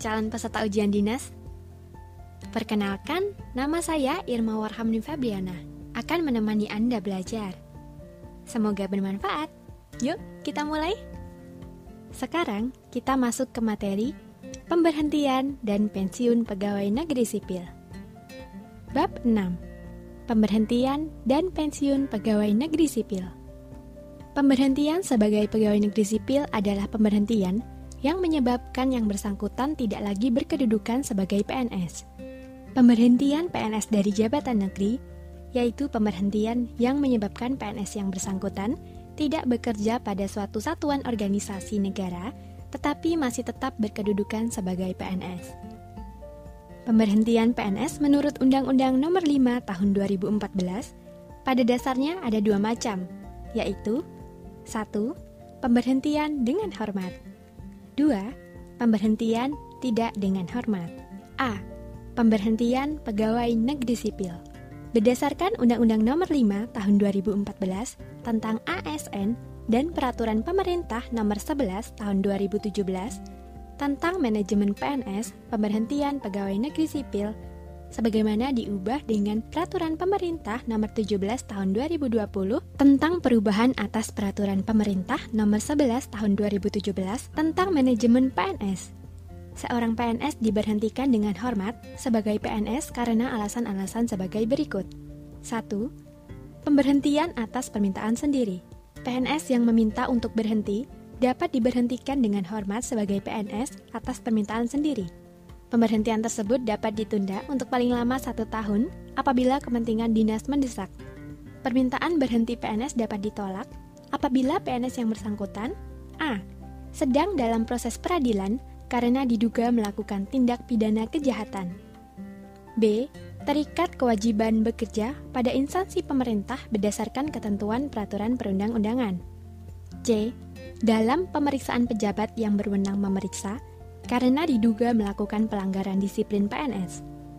calon peserta ujian dinas? Perkenalkan, nama saya Irma Warhamni Fabriana, akan menemani Anda belajar. Semoga bermanfaat. Yuk, kita mulai. Sekarang, kita masuk ke materi pemberhentian dan pensiun pegawai negeri sipil. Bab 6. Pemberhentian dan pensiun pegawai negeri sipil. Pemberhentian sebagai pegawai negeri sipil adalah pemberhentian yang menyebabkan yang bersangkutan tidak lagi berkedudukan sebagai PNS. Pemberhentian PNS dari jabatan negeri, yaitu pemberhentian yang menyebabkan PNS yang bersangkutan tidak bekerja pada suatu satuan organisasi negara, tetapi masih tetap berkedudukan sebagai PNS. Pemberhentian PNS menurut Undang-Undang Nomor 5 Tahun 2014, pada dasarnya ada dua macam, yaitu 1. Pemberhentian dengan hormat. 2. Pemberhentian tidak dengan hormat. A. Pemberhentian pegawai negeri sipil. Berdasarkan Undang-Undang Nomor 5 Tahun 2014 tentang ASN dan Peraturan Pemerintah Nomor 11 Tahun 2017 tentang manajemen PNS, pemberhentian pegawai negeri sipil, sebagaimana diubah dengan Peraturan Pemerintah Nomor 17 Tahun 2020 tentang perubahan atas Peraturan Pemerintah Nomor 11 Tahun 2017 tentang manajemen PNS. Seorang PNS diberhentikan dengan hormat sebagai PNS karena alasan-alasan sebagai berikut. 1. Pemberhentian atas permintaan sendiri. PNS yang meminta untuk berhenti dapat diberhentikan dengan hormat sebagai PNS atas permintaan sendiri. Pemberhentian tersebut dapat ditunda untuk paling lama 1 tahun apabila kepentingan dinas mendesak. Permintaan berhenti PNS dapat ditolak apabila PNS yang bersangkutan A. Sedang dalam proses peradilan karena diduga melakukan tindak pidana kejahatan. B. Terikat kewajiban bekerja pada instansi pemerintah berdasarkan ketentuan peraturan perundang-undangan. C. Dalam pemeriksaan pejabat yang berwenang memeriksa karena diduga melakukan pelanggaran disiplin PNS.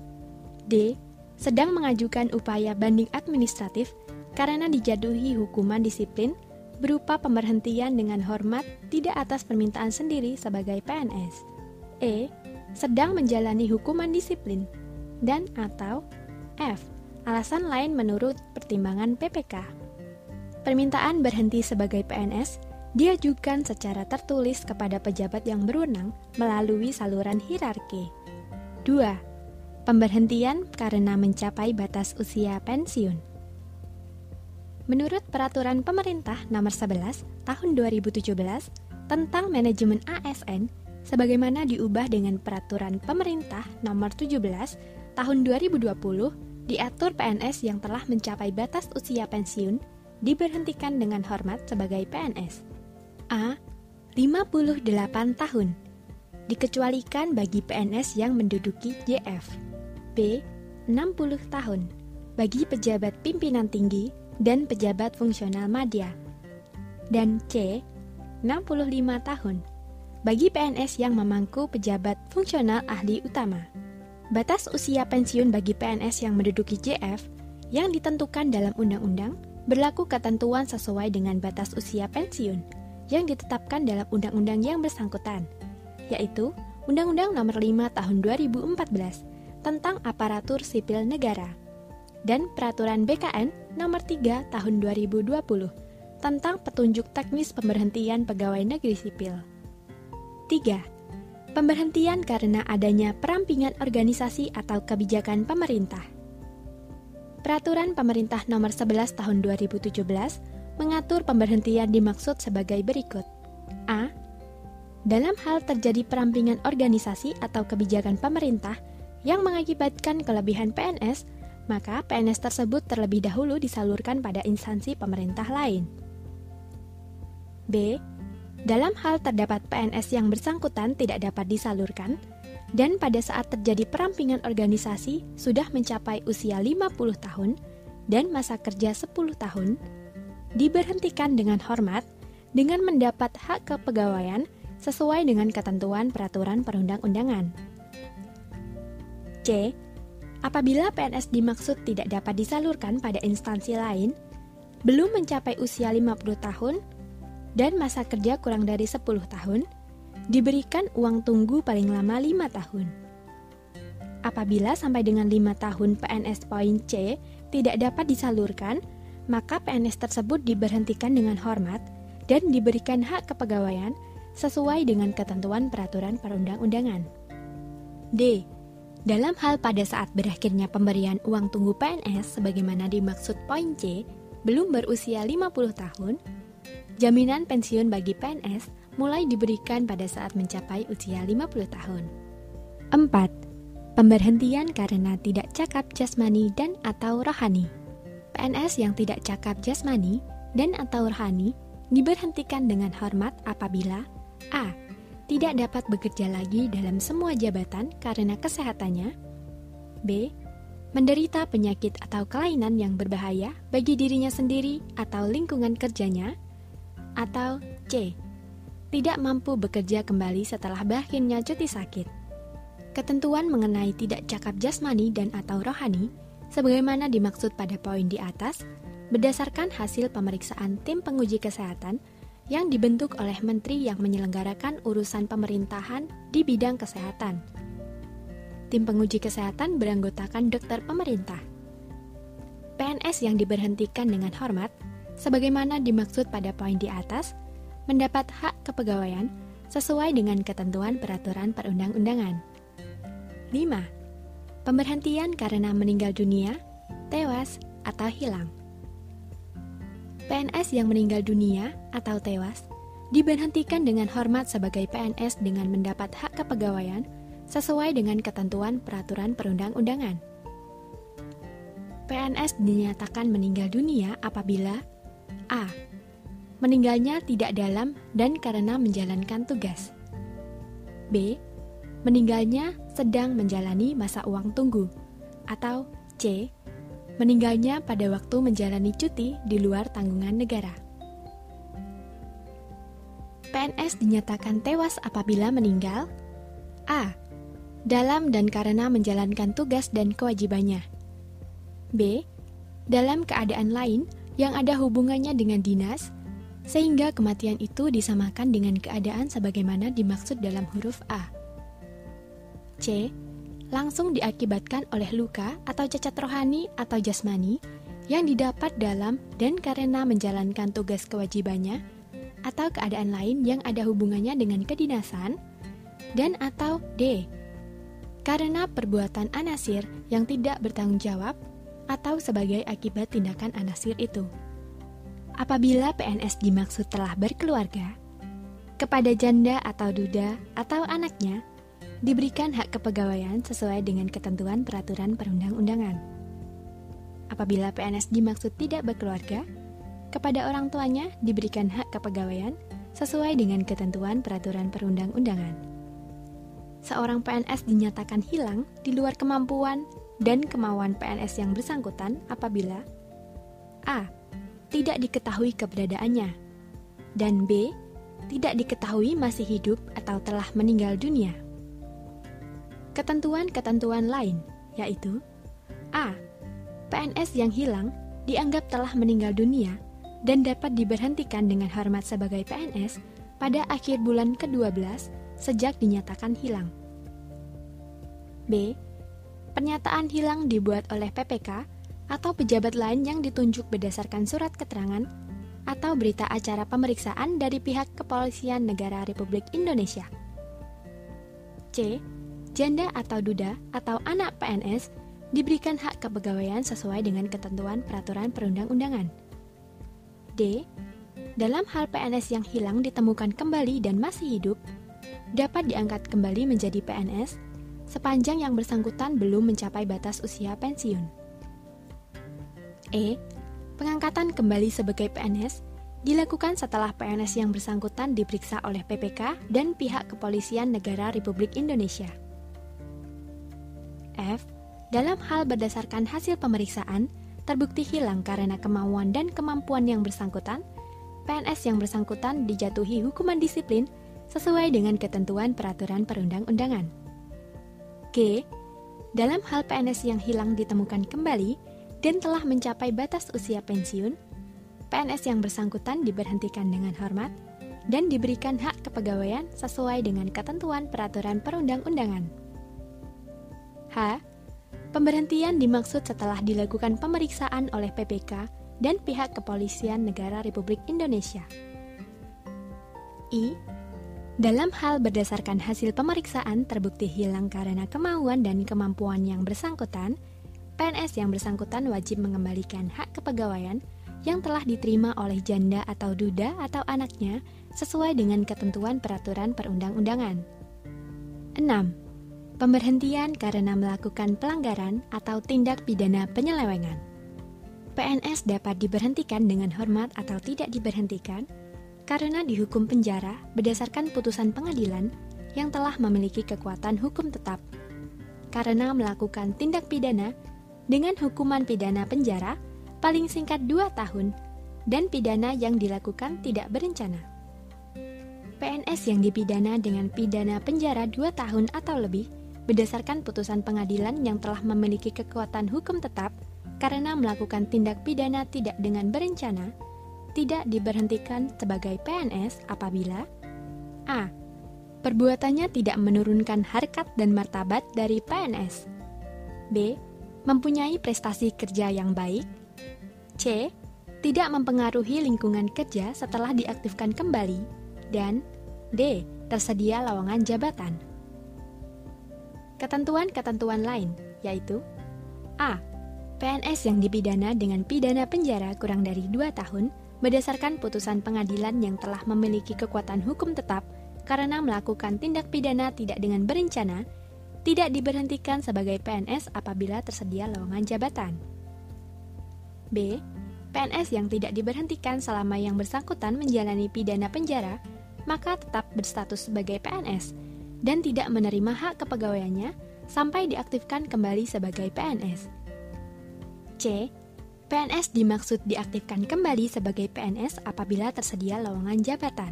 D. Sedang mengajukan upaya banding administratif karena dijatuhi hukuman disiplin berupa pemberhentian dengan hormat tidak atas permintaan sendiri sebagai PNS. E. Sedang menjalani hukuman disiplin. Dan atau F. Alasan lain menurut pertimbangan PPK. Permintaan berhenti sebagai PNS diajukan secara tertulis kepada pejabat yang berwenang melalui saluran hierarki. 2. Pemberhentian karena mencapai batas usia pensiun. Menurut Peraturan Pemerintah Nomor 11 Tahun 2017 tentang manajemen ASN, sebagaimana diubah dengan Peraturan Pemerintah Nomor 17 Tahun 2020, diatur PNS yang telah mencapai batas usia pensiun diberhentikan dengan hormat sebagai PNS. A. 58 tahun, dikecualikan bagi PNS yang menduduki JF. B. 60 tahun, bagi pejabat pimpinan tinggi dan pejabat fungsional madya. Dan C. 65 tahun, bagi PNS yang memangku pejabat fungsional ahli utama. Batas usia pensiun bagi PNS yang menduduki JF yang ditentukan dalam undang-undang berlaku ketentuan sesuai dengan batas usia pensiun yang ditetapkan dalam undang-undang yang bersangkutan, yaitu Undang-Undang Nomor 5 Tahun 2014 tentang Aparatur Sipil Negara dan Peraturan BKN Nomor 3 Tahun 2020 tentang petunjuk teknis pemberhentian pegawai negeri sipil. 3. Pemberhentian karena adanya perampingan organisasi atau kebijakan pemerintah. Peraturan Pemerintah Nomor 11 Tahun 2017 mengatur pemberhentian dimaksud sebagai berikut. A. Dalam hal terjadi perampingan organisasi atau kebijakan pemerintah yang mengakibatkan kelebihan PNS, maka PNS tersebut terlebih dahulu disalurkan pada instansi pemerintah lain. B. Dalam hal terdapat PNS yang bersangkutan tidak dapat disalurkan, dan pada saat terjadi perampingan organisasi sudah mencapai usia 50 tahun dan masa kerja 10 tahun, diberhentikan dengan hormat dengan mendapat hak kepegawaian sesuai dengan ketentuan peraturan perundang-undangan. C. Apabila PNS dimaksud tidak dapat disalurkan pada instansi lain, belum mencapai usia 50 tahun, dan masa kerja kurang dari 10 tahun, diberikan uang tunggu paling lama 5 tahun. Apabila sampai dengan 5 tahun PNS poin C tidak dapat disalurkan, maka PNS tersebut diberhentikan dengan hormat dan diberikan hak kepegawaian sesuai dengan ketentuan peraturan perundang-undangan. D. Dalam hal pada saat berakhirnya pemberian uang tunggu PNS sebagaimana dimaksud poin C belum berusia 50 tahun, jaminan pensiun bagi PNS mulai diberikan pada saat mencapai usia 50 tahun. 4. Pemberhentian karena tidak cakap jasmani dan atau rohani. PNS yang tidak cakap jasmani dan atau rohani diberhentikan dengan hormat apabila A. Tidak dapat bekerja lagi dalam semua jabatan karena kesehatannya. B. Menderita penyakit atau kelainan yang berbahaya bagi dirinya sendiri atau lingkungan kerjanya. Atau C. Tidak mampu bekerja kembali setelah berakhirnya cuti sakit. Ketentuan mengenai tidak cakap jasmani dan atau rohani, sebagaimana dimaksud pada poin di atas, berdasarkan hasil pemeriksaan tim penguji kesehatan yang dibentuk oleh menteri yang menyelenggarakan urusan pemerintahan di bidang kesehatan. Tim penguji kesehatan beranggotakan dokter pemerintah. PNS yang diberhentikan dengan hormat, sebagaimana dimaksud pada poin di atas, mendapat hak kepegawaian sesuai dengan ketentuan peraturan perundang-undangan. 5. Pemberhentian karena meninggal dunia, tewas, atau hilang. PNS yang meninggal dunia atau tewas diberhentikan dengan hormat sebagai PNS dengan mendapat hak kepegawaian sesuai dengan ketentuan peraturan perundang-undangan. PNS dinyatakan meninggal dunia apabila A. Meninggalnya tidak dalam dan karena menjalankan tugas. B. Meninggalnya sedang menjalani masa uang tunggu. Atau C. Meninggalnya pada waktu menjalani cuti di luar tanggungan negara. PNS dinyatakan tewas apabila meninggal A. Dalam dan karena menjalankan tugas dan kewajibannya. B. Dalam keadaan lain yang ada hubungannya dengan dinas, sehingga kematian itu disamakan dengan keadaan sebagaimana dimaksud dalam huruf A. C. Langsung diakibatkan oleh luka atau cacat rohani atau jasmani yang didapat dalam dan karena menjalankan tugas kewajibannya atau keadaan lain yang ada hubungannya dengan kedinasan, dan atau D. Karena perbuatan anasir yang tidak bertanggung jawab atau sebagai akibat tindakan anasir itu. Apabila PNS dimaksud telah berkeluarga, kepada janda atau duda atau anaknya diberikan hak kepegawaian sesuai dengan ketentuan peraturan perundang-undangan. Apabila PNS dimaksud tidak berkeluarga, kepada orang tuanya diberikan hak kepegawaian sesuai dengan ketentuan peraturan perundang-undangan. Seorang PNS dinyatakan hilang di luar kemampuan dan kemauan PNS yang bersangkutan apabila A. Tidak diketahui keberadaannya, dan B. Tidak diketahui masih hidup atau telah meninggal dunia. Ketentuan-ketentuan lain, yaitu A. PNS yang hilang dianggap telah meninggal dunia dan dapat diberhentikan dengan hormat sebagai PNS pada akhir bulan ke-12 sejak dinyatakan hilang. B. Pernyataan hilang dibuat oleh PPK atau pejabat lain yang ditunjuk berdasarkan surat keterangan atau berita acara pemeriksaan dari pihak Kepolisian Negara Republik Indonesia. C. Janda atau duda atau anak PNS diberikan hak kepegawaian sesuai dengan ketentuan peraturan perundang-undangan. D. Dalam hal PNS yang hilang ditemukan kembali dan masih hidup, dapat diangkat kembali menjadi PNS sepanjang yang bersangkutan belum mencapai batas usia pensiun. E. Pengangkatan kembali sebagai PNS dilakukan setelah PNS yang bersangkutan diperiksa oleh PPK dan pihak Kepolisian Negara Republik Indonesia. F. Dalam hal berdasarkan hasil pemeriksaan, terbukti hilang karena kemauan dan kemampuan yang bersangkutan, PNS yang bersangkutan dijatuhi hukuman disiplin sesuai dengan ketentuan peraturan perundang-undangan. G. Dalam hal PNS yang hilang ditemukan kembali dan telah mencapai batas usia pensiun, PNS yang bersangkutan diberhentikan dengan hormat dan diberikan hak kepegawaian sesuai dengan ketentuan peraturan perundang-undangan. H. Pemberhentian dimaksud setelah dilakukan pemeriksaan oleh PPK dan pihak Kepolisian Negara Republik Indonesia. I. Dalam hal berdasarkan hasil pemeriksaan terbukti hilang karena kemauan dan kemampuan yang bersangkutan, PNS yang bersangkutan wajib mengembalikan hak kepegawaian yang telah diterima oleh janda atau duda atau anaknya sesuai dengan ketentuan peraturan perundang-undangan. 6. Pemberhentian karena melakukan pelanggaran atau tindak pidana penyelewengan. PNS dapat diberhentikan dengan hormat atau tidak diberhentikan karena dihukum penjara berdasarkan putusan pengadilan yang telah memiliki kekuatan hukum tetap, karena melakukan tindak pidana dengan hukuman pidana penjara paling singkat 2 tahun dan pidana yang dilakukan tidak berencana. PNS yang dipidana dengan pidana penjara 2 tahun atau lebih berdasarkan putusan pengadilan yang telah memiliki kekuatan hukum tetap karena melakukan tindak pidana tidak dengan berencana, tidak diberhentikan sebagai PNS apabila A. Perbuatannya tidak menurunkan harkat dan martabat dari PNS. B. Mempunyai prestasi kerja yang baik. C. Tidak mempengaruhi lingkungan kerja setelah diaktifkan kembali. Dan D. Tersedia lowongan jabatan. Ketentuan-ketentuan lain yaitu A. PNS yang dipidana dengan pidana penjara kurang dari 2 tahun berdasarkan putusan pengadilan yang telah memiliki kekuatan hukum tetap karena melakukan tindak pidana tidak dengan berencana, tidak diberhentikan sebagai PNS apabila tersedia lowongan jabatan. B. PNS yang tidak diberhentikan selama yang bersangkutan menjalani pidana penjara, maka tetap berstatus sebagai PNS dan tidak menerima hak kepegawaiannya sampai diaktifkan kembali sebagai PNS. C. PNS dimaksud diaktifkan kembali sebagai PNS apabila tersedia lowongan jabatan.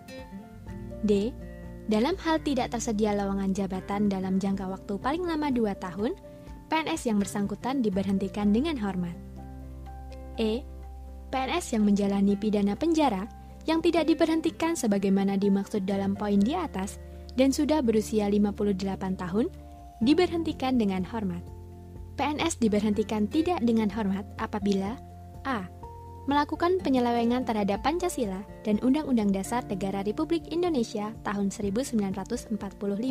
D. Dalam hal tidak tersedia lowongan jabatan dalam jangka waktu paling lama 2 tahun, PNS yang bersangkutan diberhentikan dengan hormat. E. PNS yang menjalani pidana penjara yang tidak diberhentikan sebagaimana dimaksud dalam poin di atas dan sudah berusia 58 tahun, diberhentikan dengan hormat. PNS diberhentikan tidak dengan hormat apabila A. Melakukan penyelewengan terhadap Pancasila dan Undang-Undang Dasar Negara Republik Indonesia tahun 1945.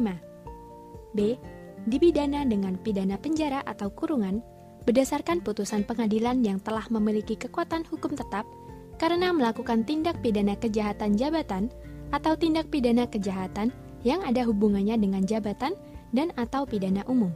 B. Dipidana dengan pidana penjara atau kurungan berdasarkan putusan pengadilan yang telah memiliki kekuatan hukum tetap karena melakukan tindak pidana kejahatan jabatan atau tindak pidana kejahatan yang ada hubungannya dengan jabatan dan atau pidana umum.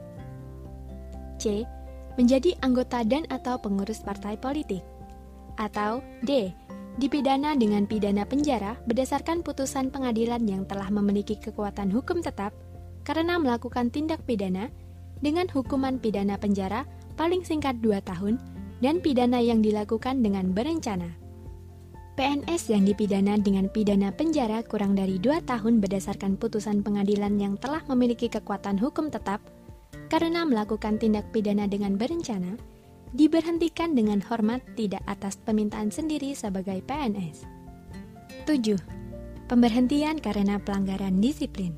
C. Menjadi anggota dan atau pengurus partai politik. Atau D. Dipidana dengan pidana penjara berdasarkan putusan pengadilan yang telah memiliki kekuatan hukum tetap karena melakukan tindak pidana dengan hukuman pidana penjara paling singkat 2 tahun dan pidana yang dilakukan dengan berencana. PNS yang dipidana dengan pidana penjara kurang dari 2 tahun berdasarkan putusan pengadilan yang telah memiliki kekuatan hukum tetap karena melakukan tindak pidana dengan berencana, diberhentikan dengan hormat tidak atas permintaan sendiri sebagai PNS. 7. Pemberhentian karena pelanggaran disiplin.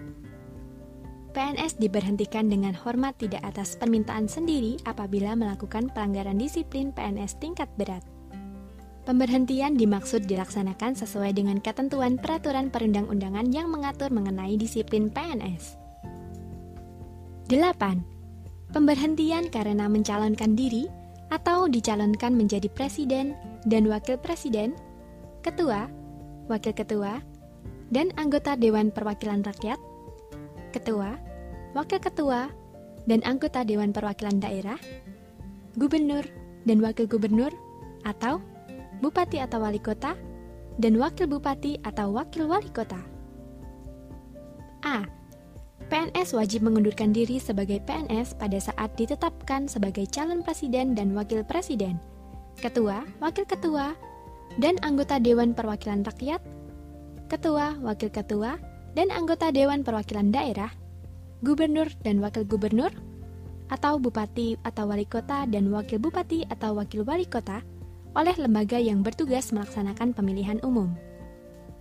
PNS diberhentikan dengan hormat tidak atas permintaan sendiri apabila melakukan pelanggaran disiplin PNS tingkat berat. Pemberhentian dimaksud dilaksanakan sesuai dengan ketentuan peraturan perundang-undangan yang mengatur mengenai disiplin PNS. 8. Pemberhentian karena mencalonkan diri atau dicalonkan menjadi presiden dan wakil presiden, ketua, wakil ketua, dan anggota Dewan Perwakilan Rakyat, ketua, wakil ketua, dan anggota Dewan Perwakilan Daerah, gubernur dan wakil gubernur, atau bupati atau wali kota, dan wakil bupati atau wakil wali kota. A. PNS wajib mengundurkan diri sebagai PNS pada saat ditetapkan sebagai calon presiden dan wakil presiden, ketua, wakil ketua, dan anggota Dewan Perwakilan Rakyat, ketua, wakil ketua, dan anggota Dewan Perwakilan Daerah, gubernur dan wakil gubernur, atau bupati atau wali kota dan wakil bupati atau wakil wali kota oleh lembaga yang bertugas melaksanakan pemilihan umum.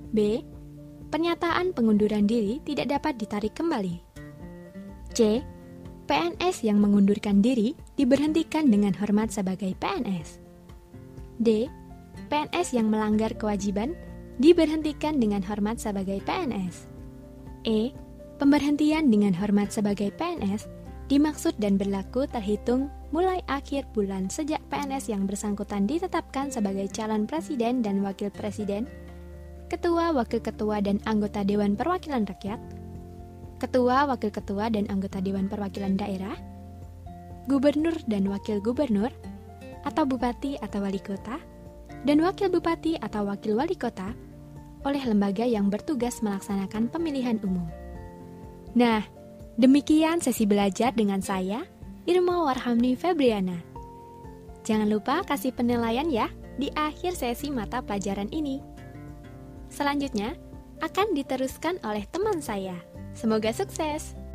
B. Pernyataan pengunduran diri tidak dapat ditarik kembali. C. PNS yang mengundurkan diri diberhentikan dengan hormat sebagai PNS. D. PNS yang melanggar kewajiban diberhentikan dengan hormat sebagai PNS. E. Pemberhentian dengan hormat sebagai PNS dimaksud dan berlaku terhitung mulai akhir bulan sejak PNS yang bersangkutan ditetapkan sebagai calon presiden dan wakil presiden, ketua, wakil ketua, dan anggota Dewan Perwakilan Rakyat, ketua, wakil ketua, dan anggota Dewan Perwakilan Daerah, gubernur dan wakil gubernur, atau bupati atau wali kota, dan wakil bupati atau wakil wali kota oleh lembaga yang bertugas melaksanakan pemilihan umum. Nah, demikian sesi belajar dengan saya, Irma Warhamni Febriana. Jangan lupa kasih penilaian ya di akhir sesi mata pelajaran ini. Selanjutnya, akan diteruskan oleh teman saya. Semoga sukses!